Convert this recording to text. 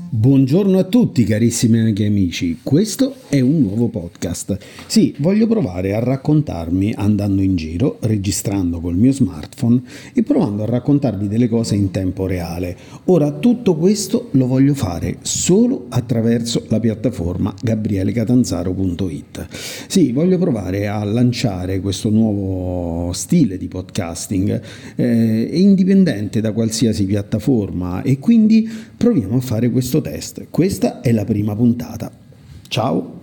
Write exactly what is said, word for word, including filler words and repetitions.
Buongiorno a tutti carissimi anche amici, questo è un nuovo podcast. Sì, voglio provare a raccontarmi andando in giro, registrando col mio smartphone e provando a raccontarvi delle cose in tempo reale. Ora tutto questo lo voglio fare solo attraverso la piattaforma gabriele catanzaro punto it. Sì, voglio provare a lanciare questo nuovo stile di podcasting eh, indipendente da qualsiasi piattaforma e quindi proviamo a fare questo test. Questa è la prima puntata. Ciao!